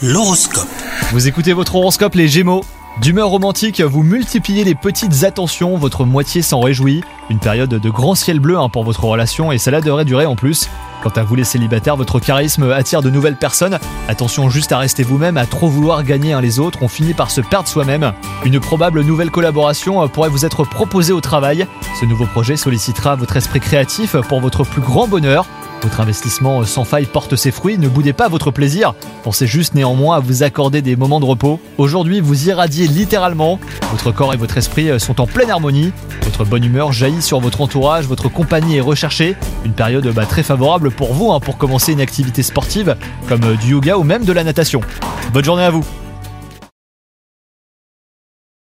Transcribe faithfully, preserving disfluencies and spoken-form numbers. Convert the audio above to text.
L'horoscope. Vous écoutez votre horoscope les Gémeaux. D'humeur romantique, vous multipliez les petites attentions, votre moitié s'en réjouit. Une période de grand ciel bleu hein, pour votre relation et cela devrait durer en plus. Quant à vous les célibataires, votre charisme attire de nouvelles personnes. Attention juste à rester vous-même, à trop vouloir gagner un les autres, on finit par se perdre soi-même. Une probable nouvelle collaboration pourrait vous être proposée au travail. Ce nouveau projet sollicitera votre esprit créatif pour votre plus grand bonheur. Votre investissement sans faille porte ses fruits, ne boudez pas votre plaisir. Pensez juste néanmoins à vous accorder des moments de repos. Aujourd'hui, vous irradiez littéralement. Votre corps et votre esprit sont en pleine harmonie. Votre bonne humeur jaillit sur votre entourage, votre compagnie est recherchée. Une période bah, très favorable pour vous hein, pour commencer une activité sportive comme du yoga ou même de la natation. Bonne journée à vous.